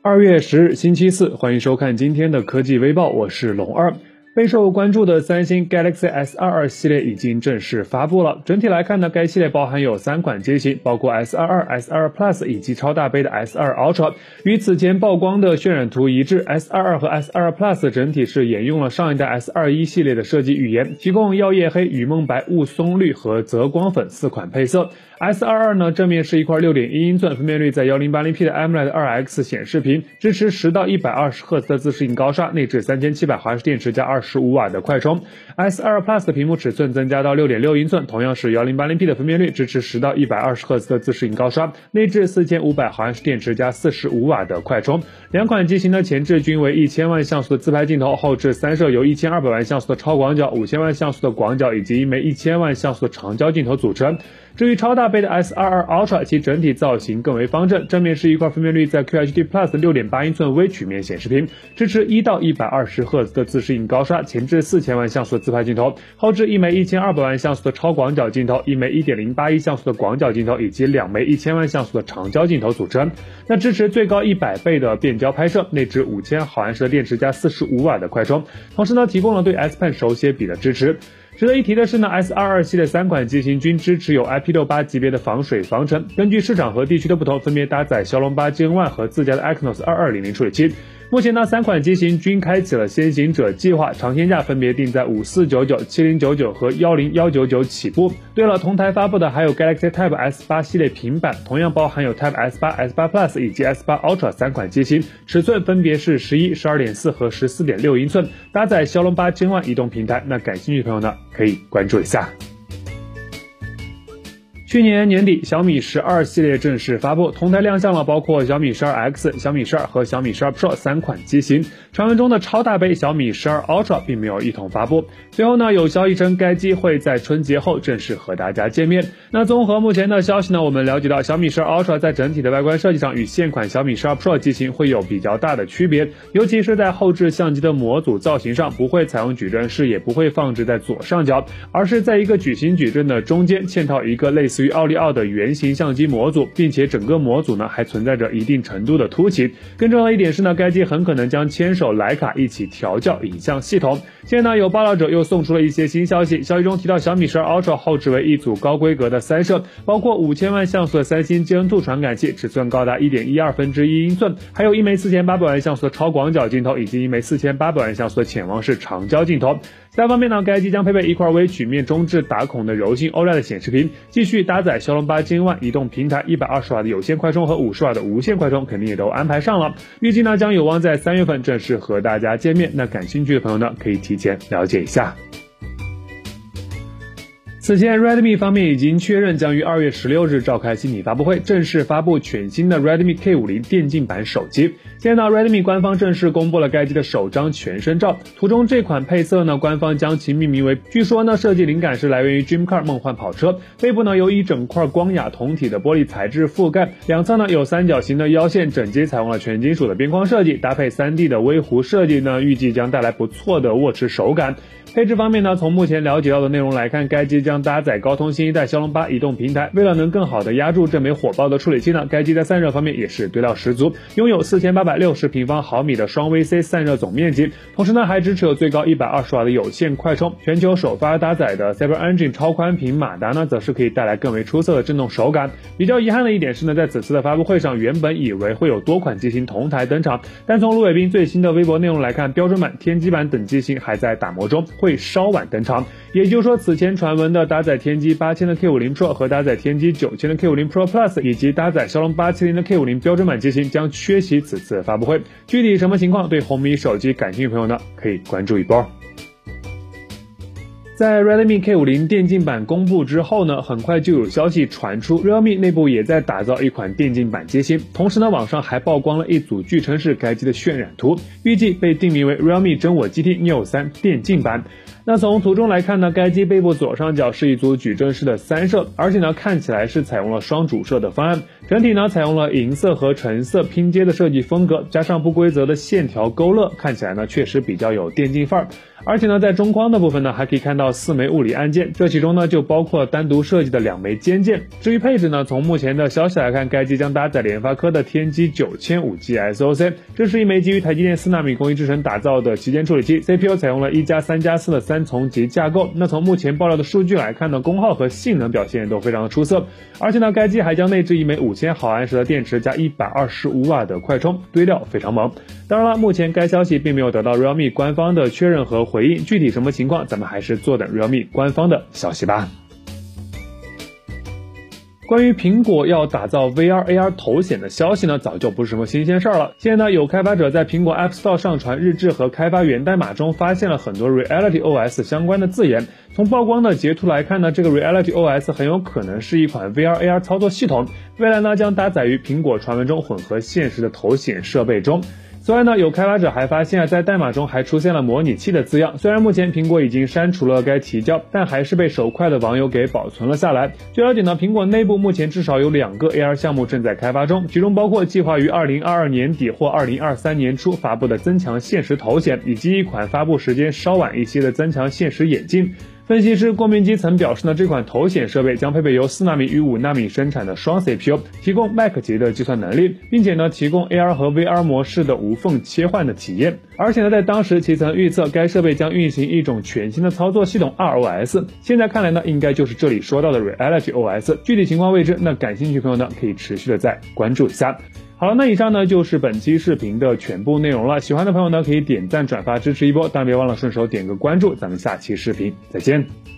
2月10日星期四，欢迎收看今天的科技微报，我是龙二。备受关注的三星 Galaxy S22 系列已经正式发布了。整体来看呢，该系列包含有3款机型，包括 S22、S22 Plus 以及超大杯的 S22 Ultra。与此前曝光的渲染图一致， S22 和 S22 Plus 整体是沿用了上一代 S21 系列的设计语言，提供耀夜黑、雨梦白、雾松绿和泽光粉4款配色。S22 呢，正面是一块 6.1 英寸，分辨率在 1080p 的 AMOLED 2X 显示屏，支持10到120赫兹的自适应高刷，内置3700毫安时电池加25瓦的快充。S22 Plus 的屏幕尺寸增加到 6.6 英寸，同样是 1080p 的分辨率，支持10到120赫兹的自适应高刷，内置4500毫安时电池加45瓦的快充。两款机型的前置均为1000万像素的自拍镜头，后置3摄由1200万像素的超广角、5000万像素的广角以及一枚1000万像素的长焦镜头组成。至于超大杯的 S22 Ultra， 其整体造型更为方正，正面是一块分辨率在 QHD Plus 6.8 英寸微曲面显示屏，支持1到120赫兹的自适应高刷，前置4000万像素的自拍镜头，后置一枚1200万像素的超广角镜头，一枚 1.081 像素的广角镜头以及2枚1000万像素的长焦镜头组成。那支持最高100倍的变焦拍摄，内置5000毫安时的电池加45瓦的快充，同时呢提供了对 S Pen 手写笔的支持。值得一提的是呢 ，S22 系列3款机型均支持有 IP68 级别的防水防尘，根据市场和地区的不同，分别搭载骁龙8 Gen 1和自家的 Exynos 2200处理器。目前呢，3款机型均开启了先行者计划，尝鲜价分别定在5499、7099和10199起步。对了，同台发布的还有 Galaxy Tab S8 系列平板，同样包含有 Tab S8、S8 Plus 以及 S8 Ultra 3款机型，尺寸分别是11、12.4和14.6英寸，搭载骁龙8 Gen 1移动平台。那感兴趣的朋友呢，可以关注一下。去年年底，小米12系列正式发布，同台亮相了包括小米 12X、小米12和小米12 Pro 3款机型。传闻中的超大杯小米12 Ultra 并没有一同发布。随后呢，有消息称该机会在春节后正式和大家见面。那综合目前的消息呢，我们了解到小米12 Ultra 在整体的外观设计上与现款小米12 Pro 机型会有比较大的区别，尤其是在后置相机的模组造型上，不会采用矩阵式，也不会放置在左上角，而是在一个矩形矩阵的中间嵌套一个类似于奥利奥的圆形相机模组，并且整个模组呢还存在着一定程度的凸起。更重要的一点是呢，该机很可能将牵手徕卡一起调教影像系统。现在呢，有爆料者又送出了一些新消息，消息中提到小米12 Ultra 后置为一组高规格的3摄，包括5000万像素的三星 Gen2 传感器，尺寸高达 1.12英寸，还有一枚4800万像素的超广角镜头以及一枚4800万像素的潜望式长焦镜头。其他方面呢，该机将配备一块微曲面中置打孔的柔性 OLED 显示屏，继续搭载骁龙8 Gen 1移动平台，120瓦的有线快充和50瓦的无线快充肯定也都安排上了。预计呢将有望在3月份正式和大家见面，那感兴趣的朋友呢可以提前了解一下。此前 Redmi 方面已经确认将于2月16日召开新品发布会，正式发布全新的 Redmi K50 电竞版手机。现在呢 Redmi 官方正式公布了该机的首张全身照，图中这款配色呢，官方将其命名为，据说呢设计灵感是来源于 Dream Car 梦幻跑车。背部呢由一整块光雅铜体的玻璃材质覆盖，两侧呢有三角形的腰线，整机采用了全金属的边框设计，搭配 3D 的微弧设计呢，预计将带来不错的握持手感。配置方面呢，从目前了解到的内容来看，该机将搭载高通新一代骁龙8移动平台，为了能更好的压住这枚火爆的处理器呢，该机在散热方面也是堆料十足，拥有4860平方毫米的双 VC 散热总面积，同时呢还支持有最高120瓦的有线快充。全球首发搭载的 Cyber Engine 超宽屏马达呢，则是可以带来更为出色的震动手感。比较遗憾的一点是呢，在此次的发布会上，原本以为会有多款机型同台登场，但从卢伟斌最新的微博内容来看，标准版、天玑版等机型还在打磨中，会稍晚登场。也就是说，此前传闻的搭载天玑8000的 K50 Pro 和搭载天玑9000的 K50 Pro Plus 以及搭载骁龙870的 K50 标准版机型将缺席此次发布会。具体什么情况，对红米手机感兴趣的朋友呢，可以关注一波。在 Redmi K50 电竞版公布之后呢，很快就有消息传出 Realme 内部也在打造一款电竞版机型，同时呢网上还曝光了一组据称是该机的渲染图，预计被定名为 Realme 真我 GT Neo 3电竞版。那从图中来看呢，该机背部左上角是一组矩阵式的3摄，而且呢看起来是采用了双主摄的方案，整体呢采用了银色和橙色拼接的设计风格，加上不规则的线条勾勒，看起来呢确实比较有电竞范儿。 而且呢，在中框的部分呢，还可以看到4枚物理按键，这其中呢就包括单独设计的2枚肩键。至于配置呢，从目前的消息来看，该机将搭载联发科的天玑9500G SoC， 这是一枚基于台积电4纳米工艺制程打造的旗舰处理器 ，CPU 采用了1+3+4的3重级架构。那从目前爆料的数据来看呢，功耗和性能表现都非常的出色。而且呢，该机还将内置一枚5000毫安时的电池加125瓦的快充，堆料非常猛。当然了，目前该消息并没有得到 Realme 官方的确认和回应，具体什么情况，咱们还是坐等 Realme 官方的消息吧。关于苹果要打造 VR、AR 头显的消息呢，早就不是什么新鲜事了。现在呢，有开发者在苹果 App Store 上传日志和开发源代码中，发现了很多 Reality OS 相关的字眼。从曝光的截图来看呢，这个 Reality OS 很有可能是一款 VR-AR 操作系统，未来呢将搭载于苹果传闻中混合现实的头显设备中。此外呢，有开发者还发现在代码中还出现了模拟器的字样，虽然目前苹果已经删除了该提交，但还是被手快的网友给保存了下来。据了解呢，苹果内部目前至少有2个 AR 项目正在开发中，其中包括计划于2022年底或2023年初发布的增强现实头显，以及一款发布时间稍晚一些的增强现实眼镜。分析师郭明基曾表示呢，这款头显设备将配备由4纳米与5纳米生产的双 CPU， 提供 Mac 级的计算能力，并且呢提供 AR 和 VR 模式的无缝切换的体验。而且呢，在当时其曾预测该设备将运行一种全新的操作系统 ROS， 现在看来呢，应该就是这里说到的 Reality OS， 具体情况未知，那感兴趣朋友呢可以持续的再关注一下。好了，那以上呢就是本期视频的全部内容了。喜欢的朋友呢可以点赞转发支持一波，当然别忘了顺手点个关注。咱们下期视频再见。